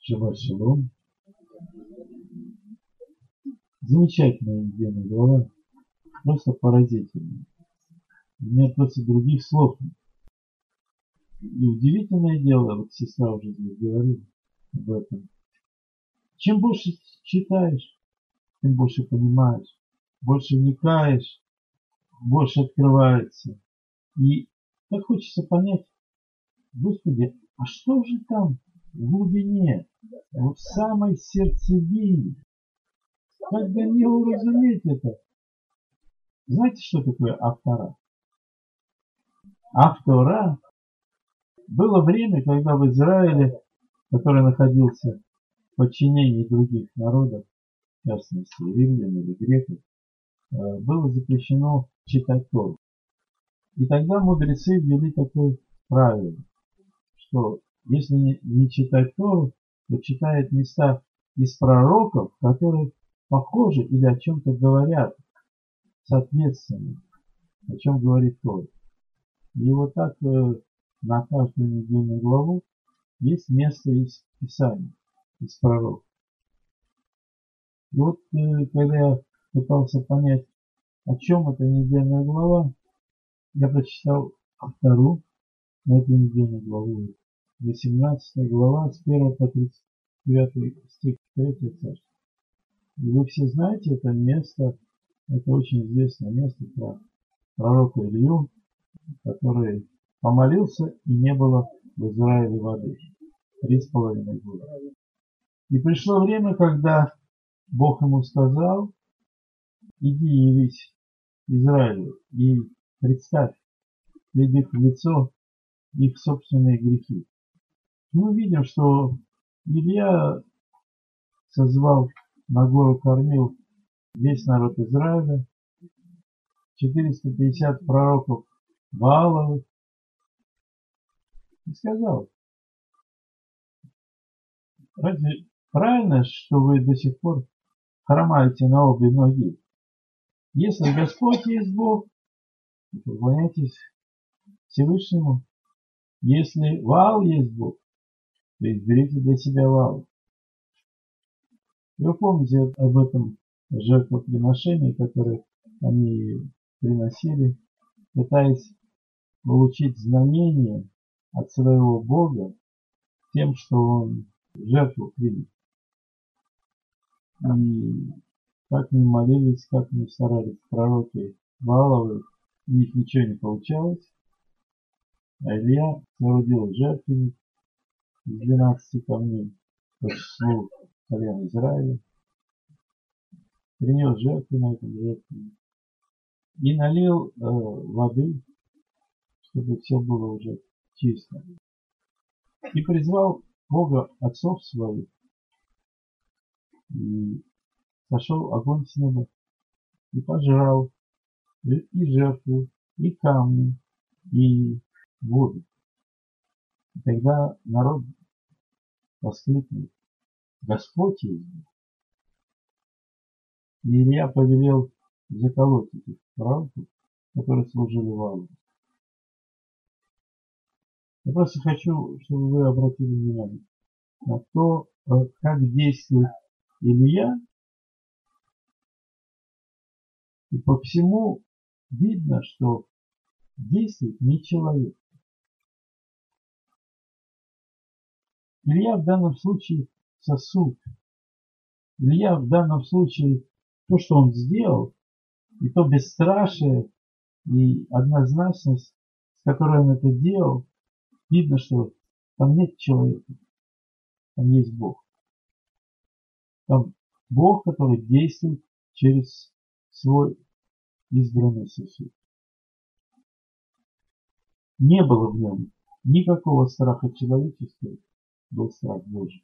Шаббат шалом. Замечательная недельная глава. Просто поразительная. У меня просто других слов нет. И удивительное дело, вот сестра уже здесь говорила об этом. Чем больше читаешь, тем больше понимаешь, больше вникаешь, больше открывается. И так хочется понять, Господи, а что же там в глубине, в самой сердцевине? Как бы мне уразуметь это? Знаете, что такое автора? Автора было время, когда в Израиле, который находился в подчинении других народов, в частности римлян или греков, было запрещено читать Тору. И тогда мудрецы ввели такое правило, что если не читать Тору, то читает места из пророков, которые похожи или о чем-то говорят, соответственно, о чем говорит Тора. И вот так на каждую недельную главу есть место из Писания, из пророков. И вот когда я пытался понять, о чем эта недельная глава, я прочитал вторую на эту недельную главу. 18 глава с 1 по 39 стих 3 царства. И вы все знаете это место, это очень известное место про пророка Илью, который помолился, и не было в Израиле воды 3,5 года. И пришло время, когда Бог ему сказал: иди явись Израилю и представь пред их лицо их собственные грехи. Мы видим, что Илья созвал на гору Кормил весь народ Израиля, 450 пророков Вааловых, и сказал: разве правильно, что вы до сих пор хромаете на обе ноги? Если Господь есть Бог, то поклоняйтесь Всевышнему. Если Ваал есть Бог, то изберите для себя Ваала. Вы помните об этом жертвоприношении, которое они приносили, пытаясь получить знамение от своего Бога тем, что он жертву примет. И как ни молились, как ни старались пророки Вааловы, у них ничего не получалось. А Илья соорудил жертвенник из 12 камней по числу колен Израиля, принес жертву на этом жертвеннике и налил воды, чтобы все было уже чисто. И призвал Бога отцов своих, и сошел огонь с неба, и пожрал и жертву, и камни, и воду. И тогда народ воскликнул: Господь есть Бог. И Илья повелел заколоть этих пророков, которые служили Ваалу. Я просто хочу, чтобы вы обратили внимание на то, как действует Илья, и по всему видно, что действует не человек. Илья в данном случае сосуд. Илья в данном случае то, что он сделал, и то бесстрашие, и однозначность, с которой он это делал, видно, что там нет человека, там есть Бог. Там Бог, который действует через свой избранный сосуд. Не было в нем никакого страха человеческого, был страх Божий.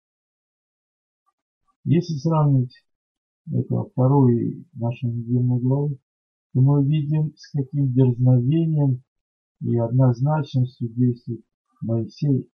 Если сравнить это вторую и нашу недельную главу, то мы увидим, с каким дерзновением и однозначностью действует Моисей,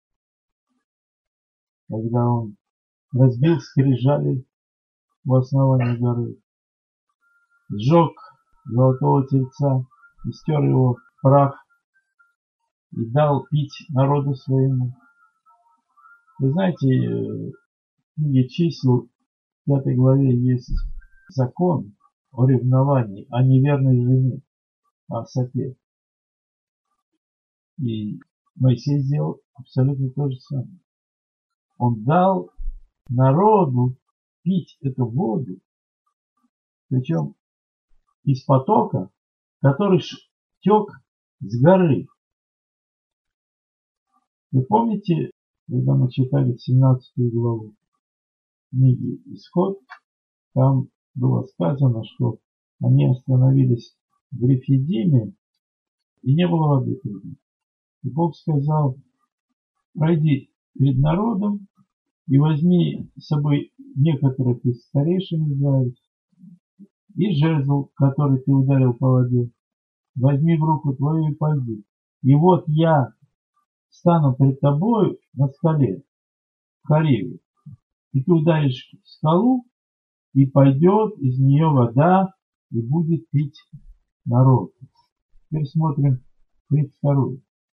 когда он разбил скрижали у основания горы, сжег золотого тельца и стер его в прах, и дал пить народу своему. Вы знаете, в книге чисел в 5 главе есть закон о ревновании, о неверной жене, о Софе. И Моисей сделал абсолютно то же самое. Он дал народу пить эту воду, причем из потока, который тек с горы. Вы помните, когда мы читали 17 главу книги «Исход», там было сказано, что они остановились в Рефидиме, и не было воды перед ним. И Бог сказал: пройди перед народом и возьми с собой некоторых из старейшин Израиля, и жезл, который ты ударил по воде, возьми в руку твою и пойди. И вот я стану пред тобою на скале, в Хориве, и ты ударишь в скалу, и пойдет из нее вода, и будет пить народ. Теперь смотрим 32,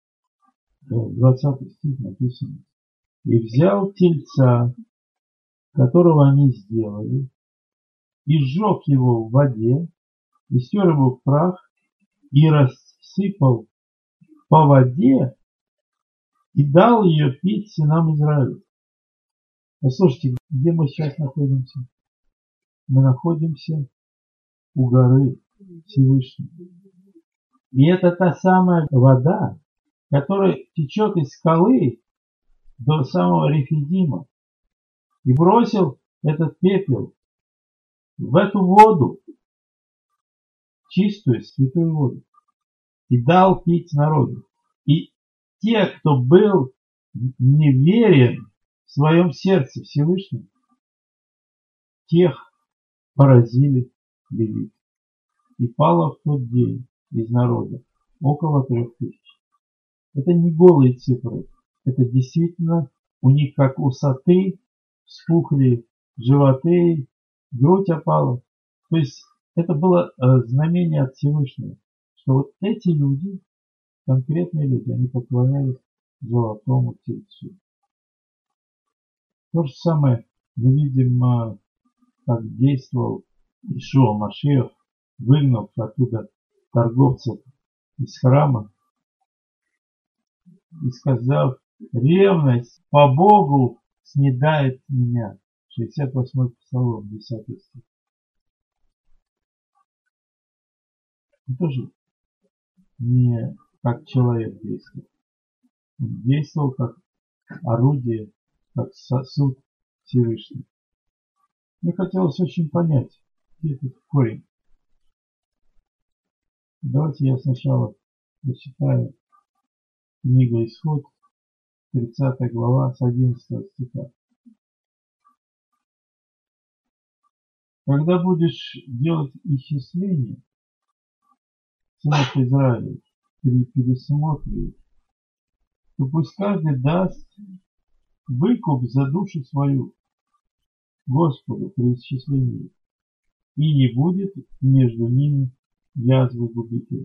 20 стих написано. И взял тельца, которого они сделали, и сжег его в воде, и стер его в прах, и рассыпал по воде, и дал ее пить сынам Израиля. Послушайте, где мы сейчас находимся? Мы находимся у горы Всевышнего. И это та самая вода, которая течет из скалы до самого Рефидима. И бросил этот пепел в эту воду, чистую, святую воду, и дал пить народу. И те, кто был неверен в своем сердце Всевышнему, тех поразили левиты. И пало в тот день из народа около 3000. Это не голые цифры, это действительно у них как у соты вспухли животы, грудь опала. То есть это было знамение от Всевышнего, что вот эти люди, конкретные люди, они поклонялись золотому тельцу. То же самое мы видим, как действовал Иешуа Машиах, выгнав оттуда торговцев из храма и сказав: ревность по Богу снедает меня. 68-й Псалом, 10 стих. Он тоже не как человек действовал. Он действовал как орудие, как сосуд Всевышнего. Мне хотелось очень понять, где этот корень. Давайте я сначала прочитаю книгу Исход, 30 глава, с 11 стиха. Когда будешь делать исчисление сынов Израиля при пересмотре, то пусть каждый даст выкуп за душу свою Господу при исчислении, и не будет между ними язвы губителя.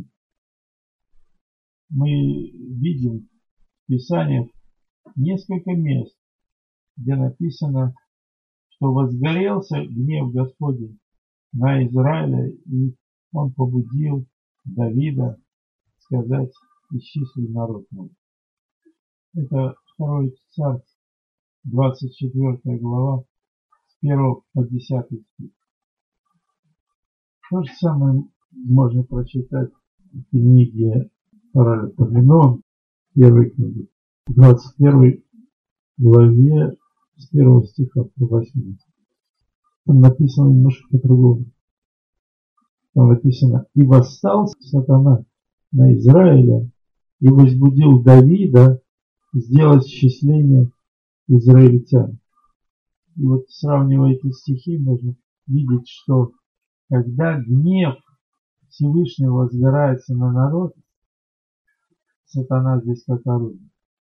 Мы видим в Писаниях несколько мест, где написано, что возгорелся гнев Господень на Израиля, и он побудил Давида сказать: исчисли народ мой. Это 2 Царств, 24 глава, с 1 по 10 стих. То же самое можно прочитать в книге Паралипоменон, первой книге, 21 главе, с 1 стиха по 8. Там написано немножко по-другому. Там написано: и восстал сатана на Израиля, и возбудил Давида сделать исчисление израильтян. И вот, сравнивая эти стихи, можно видеть, что когда гнев Всевышнего возгорается на народ, сатана здесь как орудие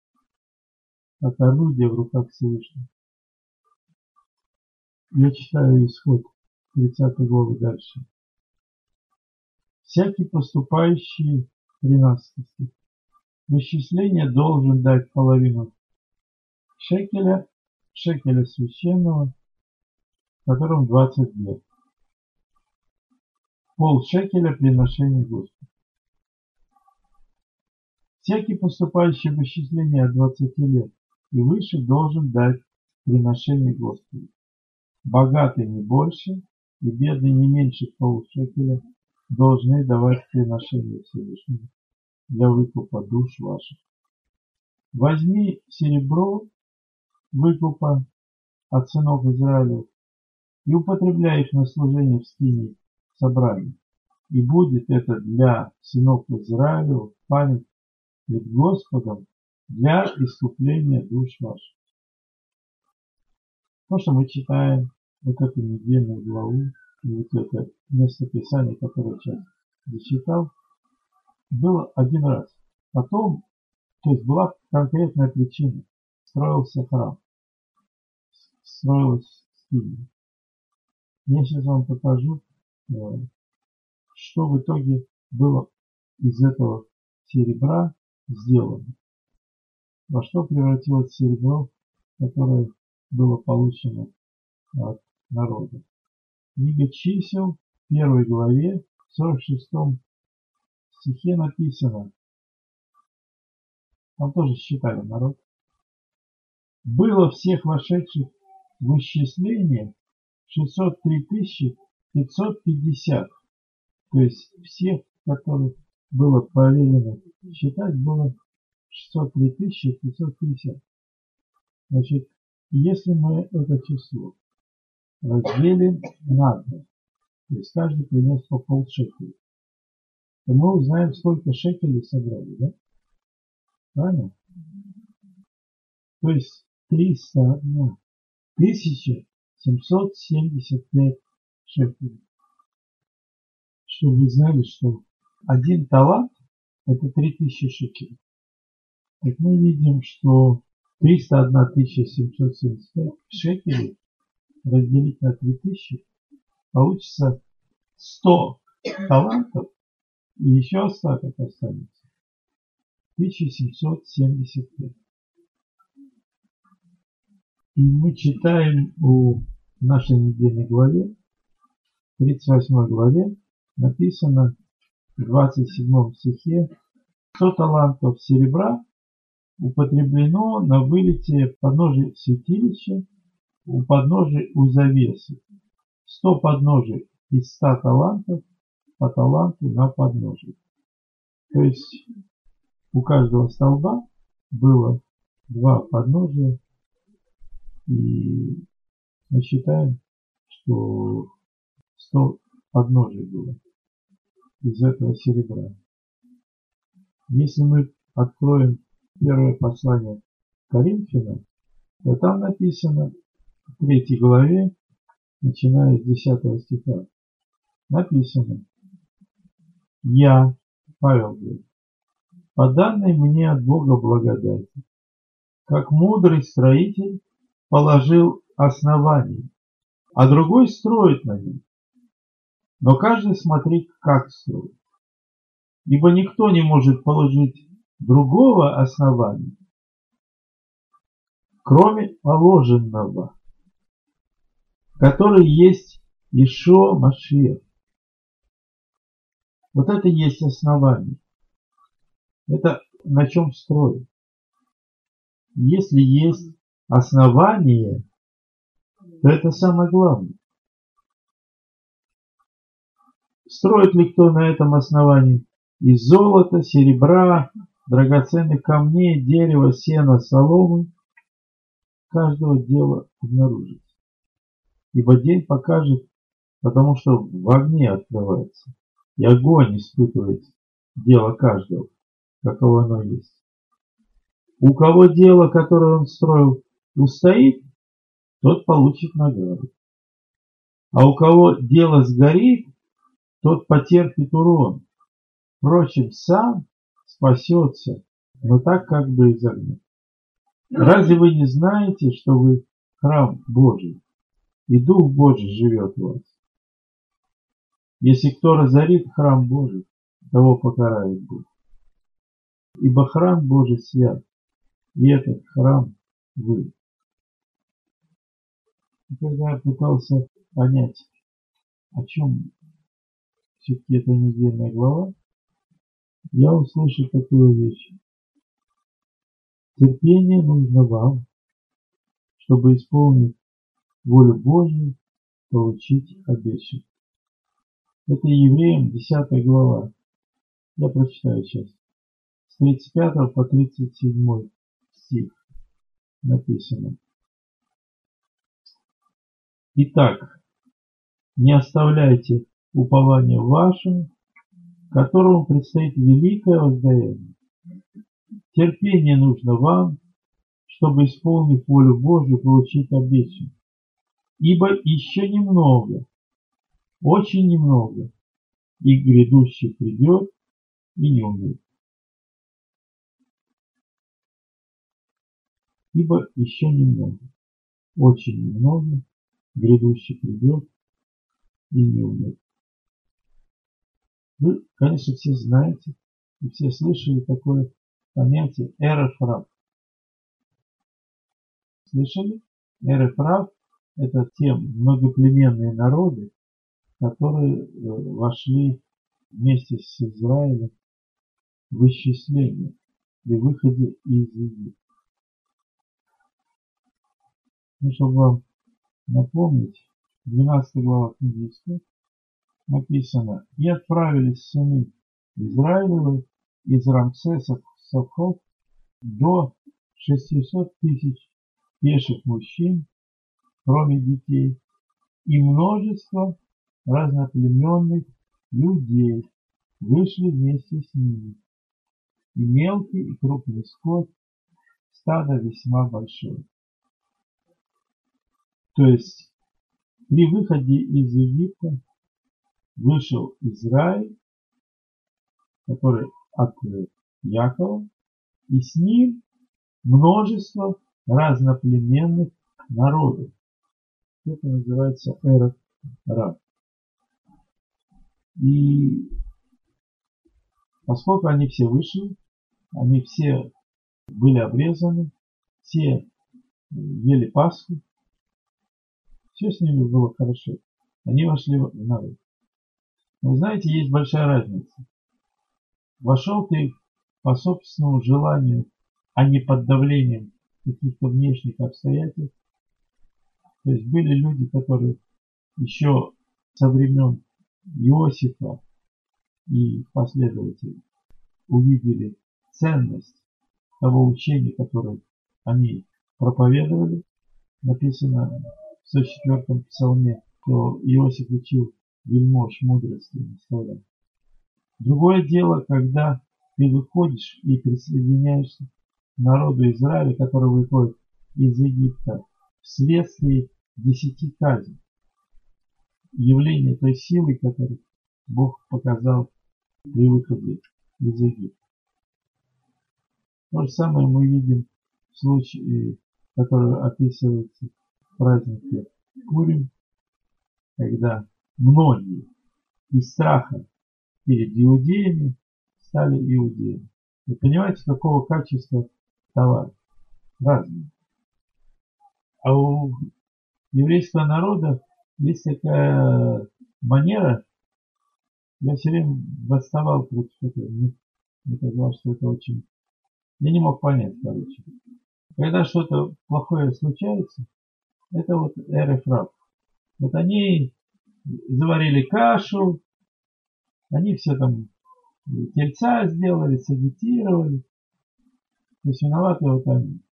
в руках Всевышнего. Я читаю Исход 30 главы дальше. Всякий поступающий, 13 стих, в исчисление должен дать половину шекеля священного, которым 20 лет. Полшекеля приношения Господу. Всякий, поступающий в исчисление от 20 лет и выше, должен дать приношение Господу. Богатый не больше и бедный не меньше полушекеля должны давать приношение Всевышнему для выкупа душ ваших. Возьми серебро выкупа от сынов Израилев и употребляй их на служение в скинии собрания. И будет это для сынов Израилев в память пред Господом для искупления душ ваших. То, что мы читаем, вот эту недельную главу, и вот это место Писания, которое я сейчас зачитал, было один раз. Потом, то есть была конкретная причина. Строился храм. Строилась скиния. Я сейчас вам покажу, что в итоге было из этого серебра сделано. Во что превратилось серебро, которое было получено от народа. Книга чисел, в 1 главе, в 46 стихе написано, там тоже считали народ, было всех вошедших в исчисление 603 550, то есть всех, которых было повелено считать, было 603 550. Значит, если мы это число разделим на 2, то есть каждый принес по полшекеля, то мы узнаем, сколько шекелей собрали, да? Правильно? То есть 301 775 шекелей. Чтобы вы знали, что один талант – это 3000 шекелей. Так мы видим, что 301 775 шекелей разделить на 3000 получится 100 талантов, и еще остаток останется 1775. И мы читаем в нашей недельной главе, 38 главе, написано в 27 стихе: 100 талантов серебра употреблено на вылете подножия святилища у подножия у завесы. 100 подножий из 100 талантов по таланту на подножие. То есть у каждого столба было 2 подножия, и мы считаем, что 100 подножий было из этого серебра. Если мы откроем первое послание Коринфянам, то там написано в 3 главе, начиная с 10 стиха, написано: «Я, Павел говорит, по данной мне от Бога благодати, как мудрый строитель положил основание, а другой строит на нем. Но каждый смотрит, как строит. Ибо никто не может положить другого основания, кроме положенного, который есть Иешуа Машиах». Вот это и есть основание. Это на чем строить. Если есть основание, то это самое главное. Строит ли кто на этом основании из золота, серебра, драгоценных камней, дерева, сена, соломы? Каждого дела обнаружится. Ибо день покажет, потому что в огне открывается, и огонь испытывает дело каждого, каково оно есть. У кого дело, которое он строил, устоит, тот получит награду. А у кого дело сгорит, тот потерпит урон. Впрочем, сам спасется, но так как бы из огня. Разве вы не знаете, что вы храм Божий, и Дух Божий живет в вас? Если кто разорит храм Божий, того покарает Бог. Ибо храм Божий свят, и этот храм вы. И когда я пытался понять, о чем все-таки эта недельная глава, я услышал такую вещь. Терпение нужно вам, чтобы исполнить волю Божью, получить обещанное. Это Евреям 10 глава. Я прочитаю сейчас. С 35 по 37 стих написано. Итак, не оставляйте упования вашего, которому предстоит великое воздаяние. Терпение нужно вам, чтобы, исполнив волю Божью, получить обещанное. Ибо еще немного, очень немного, и грядущий придет и не умеет. Ибо еще немного, очень немного, грядущий придет и не умеет. Вы, конечно, все знаете и все слышали такое понятие эрефрав. Слышали? Эрефрав – это те многоплеменные народы, которые вошли вместе с Израилем в исчисление при выходе из Египта. Ну, чтобы вам напомнить, 12 глава книги Исход написано: «И отправились сыны Израилевы из Рамсеса Сохов до 600 тысяч пеших мужчин, кроме детей, и множество разноплеменных людей вышли вместе с ними, и мелкий, и крупный скот, стадо весьма большое». То есть при выходе из Египта вышел Израиль, который от Якова, и с ним множество разноплеменных народов. Это называется эреф-рав. И поскольку они все вышли, они все были обрезаны, все ели Пасху, все с ними было хорошо. Они вошли в народ. Но знаете, есть большая разница. Вошел ты по собственному желанию, а не под давлением каких-то внешних обстоятельств. То есть были люди, которые еще со времен Иосифа и последователей увидели ценность того учения, которое они проповедовали. Написано в 104-м псалме, что Иосиф учил вельмож мудрости и наставлял. Другое дело, когда ты выходишь и присоединяешься к народу Израиля, который выходит из Египта вследствие 10 казней. Явление той силы, которую Бог показал при выходе из Египта. То же самое мы видим в случае, который описывается в празднике Пурим, когда многие из страха перед иудеями стали иудеями. Вы понимаете, какого качества товар? Разный. А у еврейского народа есть такая манера, я все время восставал против этого. Мне казалось, что это очень... Я не мог понять, короче. Когда что-то плохое случается, это вот эрефрав. Вот они заварили кашу, они все там тельца сделали, сагитировали. То есть виноваты вот они.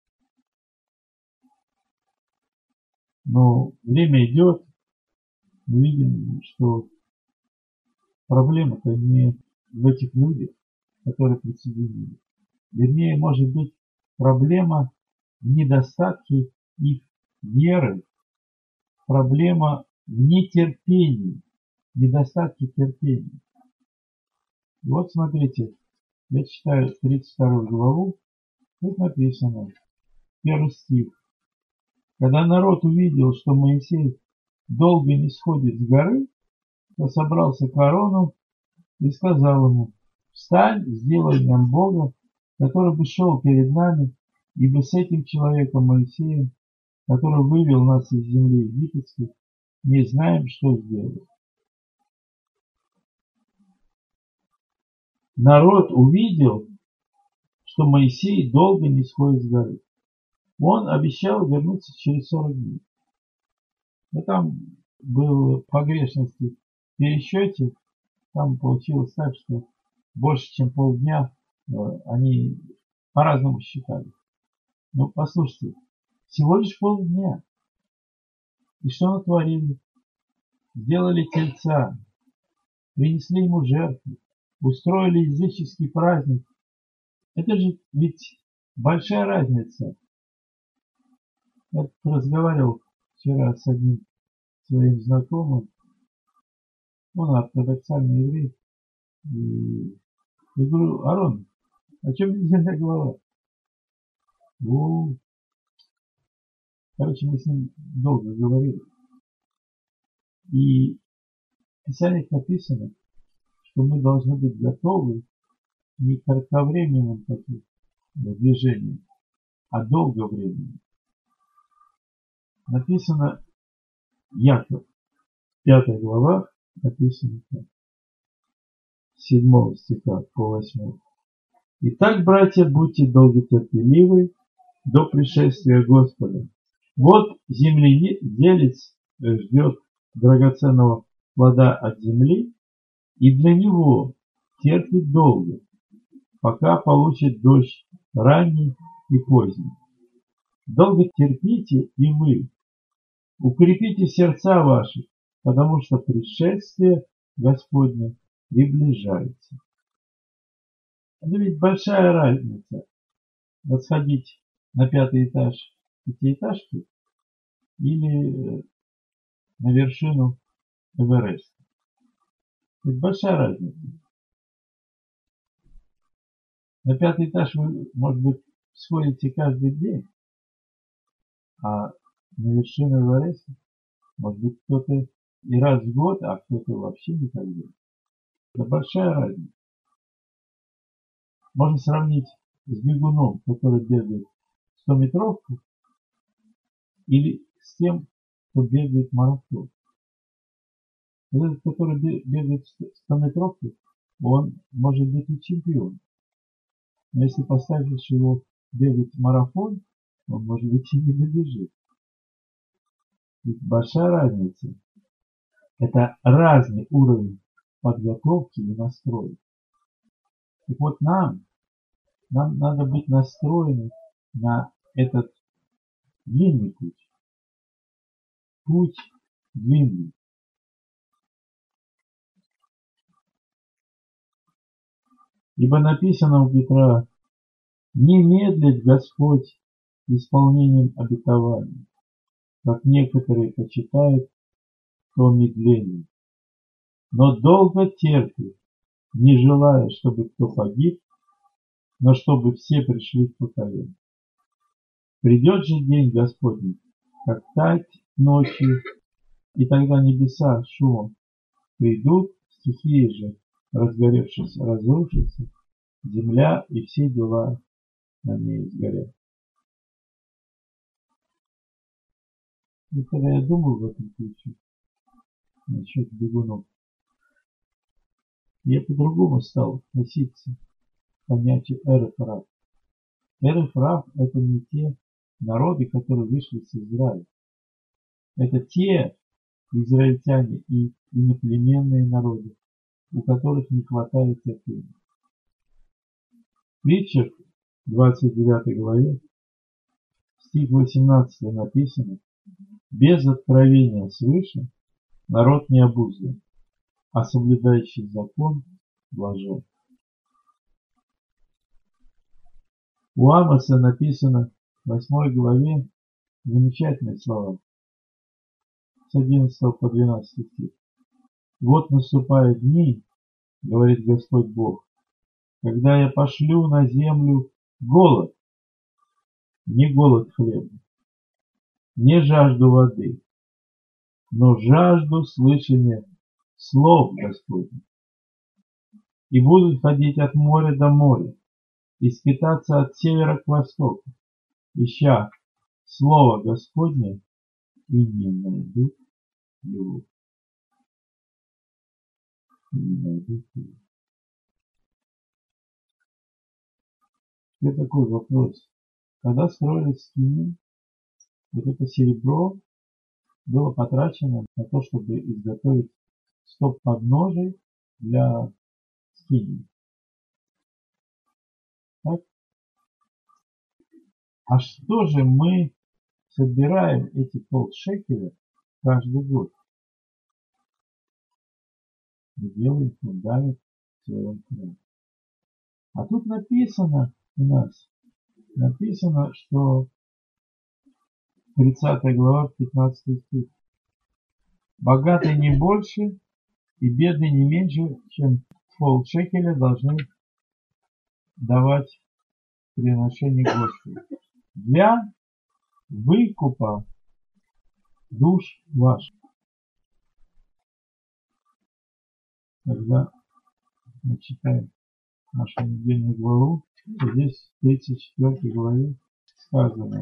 Но время идет, мы видим, что проблема-то не в этих людях, которые присоединились. Вернее, может быть, проблема в недостатке их веры, проблема в нетерпении, недостатке терпения. И вот смотрите, я читаю 32 главу, тут написано, 1 стих. Когда народ увидел, что Моисей долго не сходит с горы, то собрался к Аарону и сказал ему: «Встань, сделай нам Бога, который бы шел перед нами Ибо с этим человеком Моисеем, который вывел нас из земли египетской, не знаем, что сделать. Народ увидел, что Моисей долго не сходит с горы. Он обещал вернуться через 40 дней. Но там был погрешности в пересчете. Там получилось так, что больше, чем полдня они по-разному считали. Ну, послушайте, всего лишь полдня. И что натворили? Сделали тельца, принесли ему жертву, устроили языческий праздник. Это же ведь большая разница. Я разговаривал вчера с одним своим знакомым. Он ортодоксальный еврей. И я говорю: Арон, о чем недельная глава? Ну, короче, мы с ним долго говорили. И в Писаниях написано, что мы должны быть готовы не к кратковременным таким движениям, а долговременным. Написано Яков, 5 глава, написано так, с 7 стиха по 8. Итак, братья, будьте долготерпеливы до пришествия Господа. Вот земледелец ждет драгоценного плода от земли, и для него терпит долго, пока получит дождь ранний и поздний. Долго терпите и вы, укрепите сердца ваши, потому что пришествие Господне приближается. Это ведь большая разница восходить на 5-й этаж пятиэтажки или на вершину Эвереста. Это большая разница. На 5-й этаж вы, может быть, сходите каждый день, а на вершину Эвереста, может быть, кто-то и раз в год, а кто-то вообще никогда. Это большая разница. Можно сравнить с бегуном, который бегает 100-метровку, или с тем, кто бегает марафон. Этот, который бегает 100-метровку, он может быть и чемпион. Но если поставишь его бегать марафон, он, может быть, и не добежит. Ведь большая разница. Это разный уровень подготовки и настроя. Так вот, нам надо быть настроены на этот длинный путь. Путь длинный. Ибо написано у Петра: не медлит Господь исполнением обетования, как некоторые почитают то медление, но долго терпит, не желая, чтобы кто погиб, но чтобы все пришли к покаянию. Придет же день Господний, как тать ночью, и тогда небеса шумом придут, стихии же, разгоревшись, разрушатся, земля и все дела на ней сгорят. И когда я думал в этом случае насчет бегунов, я по-другому стал относиться к понятию эреф рав. Эреф рав — это не те народы, которые вышли с Израиля. Это те израильтяне и иноплеменные народы, у которых не хватает терпения. В Притчах 29 главе, стих 18 написано: без откровения свыше народ не обуздан, а соблюдающий закон блажен. У Амоса написано в 8 главе замечательные слова с 11 по 12 стих. Вот наступают дни, говорит Господь Бог, когда я пошлю на землю голод, не голод хлеба, не жажду воды, но жажду слышания слов Господних. И будут ходить от моря до моря, и скитаться от севера к востоку, ища слово Господне, и не найдут его. И не найдут его. И такой вопрос. Когда строили скинию, вот это серебро было потрачено на то, чтобы изготовить 100 подножий для скинии. Так? А что же мы собираем эти полшекеля каждый год? Мы делаем фундамент в своем храме. А тут написано у нас, что 30 глава, 15 стих. Богатый не больше и бедный не меньше, чем полшекеля должны давать приношение Господу для выкупа душ ваших. Когда мы читаем нашу недельную главу, то здесь в 34 главе сказано,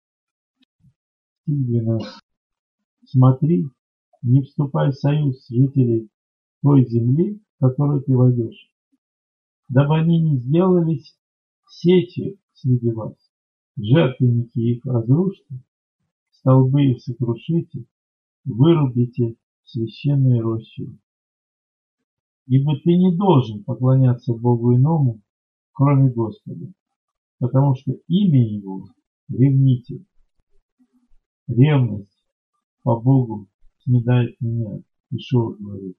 стих 12. Смотри, не вступай в союз жителей той земли, в которую ты войдешь, дабы они не сделались сетью среди вас. Жертвенники их разрушьте, столбы их сокрушите, вырубите священные рощи. Ибо ты не должен поклоняться Богу иному, кроме Господа, потому что имя Его – ревнитель. Ревность по Богу снедает меня. Ишуа говорит.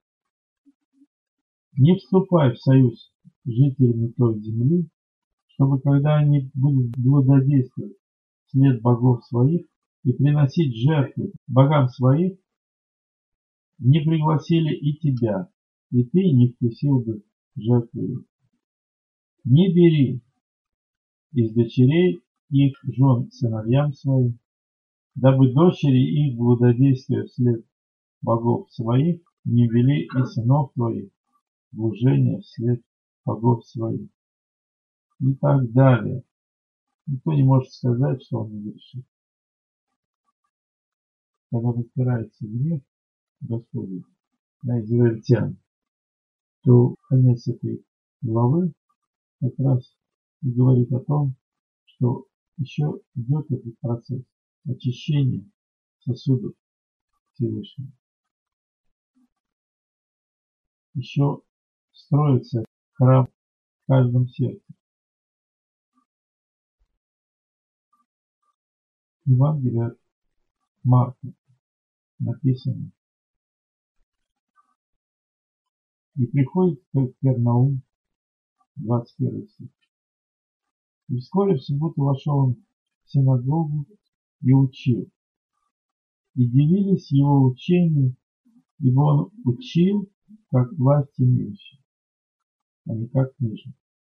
Не вступай в союз с жителями той земли, чтобы когда они будут блудодействовать вслед богов своих и приносить жертвы богам своих, не пригласили и тебя, и ты не вкусил бы жертвы. Не бери из дочерей их жен сыновьям своим, дабы дочери их блудодействия вслед богов своих не вели и сынов твоих в блужение вслед богов своих. И так далее. Никто не может сказать, что он не грешит. Когда разбирается грех Господень на израильтян, то конец этой главы как раз и говорит о том, что еще идет этот процесс очищения сосудов Всевышнего. Еще строится храм в каждом сердце. Евангелие от Марка написано. И приходит в Капернаум, 21 стих. И вскоре в субботу вошел он в синагогу и учил. И дивились его учению, ибо он учил, как власть имеющий, а не как книжник.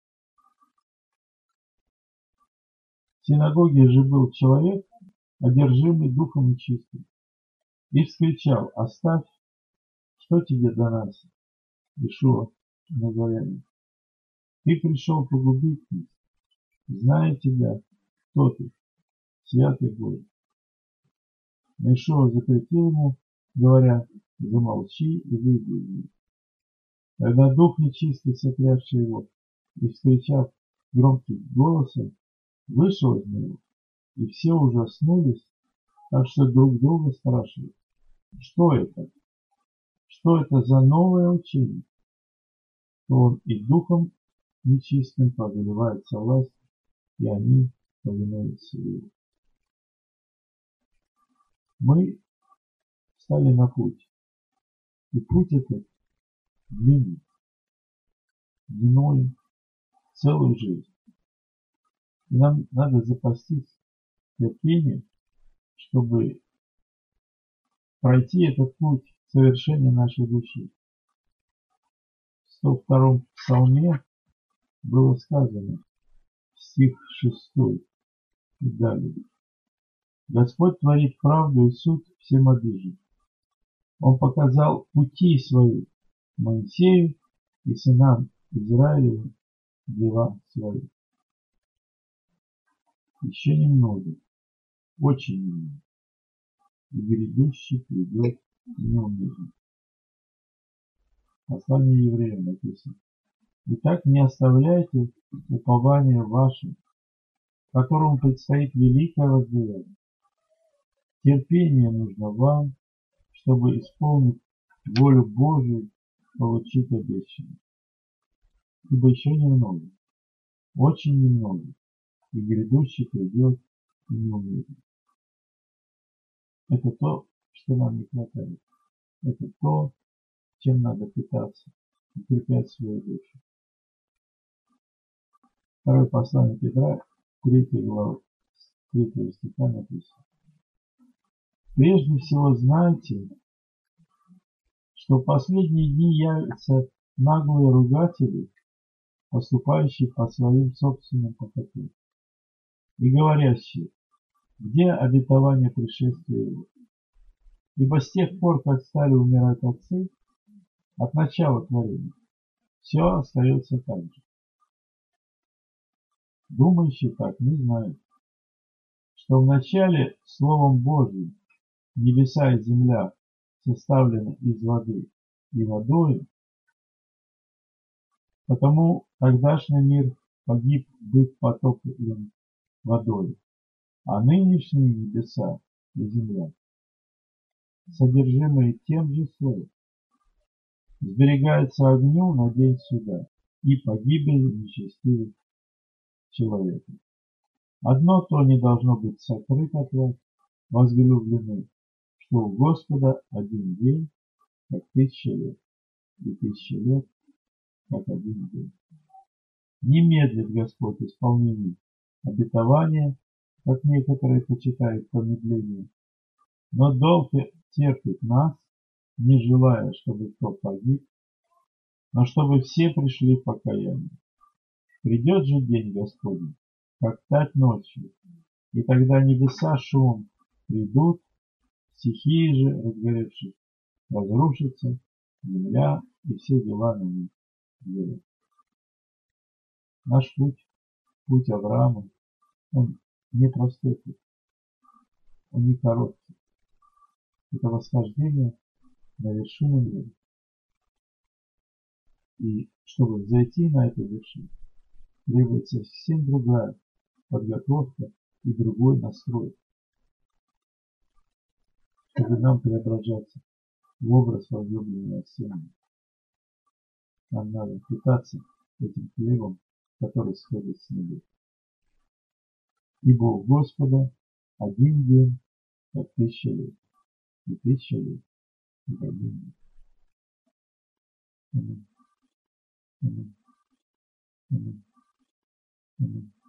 В синагоге же был человек, одержимый духом нечистым, и вскричал: «Оставь, что тебе до нас, Ишуа Назарянин? Ты пришел погубить нас, зная тебя, кто ты, святый Божий». Но Ишуа запретил ему, говоря: «Замолчи и выйди из него». Тогда дух нечистый, сотрясший его, и вскричав громким голосом, вышел из него, и все ужаснулись, так что друг друга спрашивают: что это? Что это за новое учение? То он и духом нечистым повелевается власть, и они повинуются ему. Мы стали на путь, и путь этот длинный, длиной целую жизнь. И нам надо запастись терпением, чтобы пройти этот путь совершения нашей души. В 102-м псалме было сказано, стих 6 и далее. Господь творит правду и суд всем обиженным. Он показал пути свои Моисею и сынам Израилевым дела свои. Еще немного, очень немного, и грядущий придет неумеренно. Послание евреям написано. Итак, не оставляйте упования ваше, которому предстоит великое воздаяние. Терпение нужно вам, чтобы исполнить волю Божию, получить обещанное. Ибо еще немного, очень немного, и грядущий придет и не умрет. Это то, что нам не хватает. Это то, чем надо питаться, укреплять свою душу. Второе послание Петра, 3 глава, 3 стиха написано. Прежде всего знайте, что в последние дни явятся наглые ругатели, поступающие по своим собственным похотям, и говорящие, где обетование пришествия его. Ибо с тех пор, как стали умирать отцы, от начала творения, все остается так же. Думающие так не знают, что вначале Словом Божьим небеса и земля составлены из воды и водою, потому тогдашний мир погиб, быв потоплен водой, а нынешние небеса и земля, содержимые тем же словом, сберегаются огню на день суда и погибели нечестивых человека. Одно то не должно быть сокрыто от вас, возлюбленные, что у Господа один день, как 1000 лет, и 1000 лет, как один день. Не медлит Господь исполнение обетования, как некоторые почитают промедление, но долго терпит нас, не желая, чтобы кто погиб, но чтобы все пришли к покаянию. Придет же день Господень, как тать ночью, и тогда небеса шум придут, стихии же, разгоревшись, разрушатся, земля и все дела на ней делают. Наш путь Авраама, он непростой путь, он не короткий. Это восхождение на вершину веры. И чтобы зайти на эту вершину, требуется совсем другая подготовка и другой настрой, чтобы нам преображаться в образ возлюбленного Сына. Нам надо питаться этим хлебом, который сходит с небес. Ибо у Господа один день, как 1000 лет, и 1000 лет, как один день. Аминь. Аминь. Аминь. Аминь.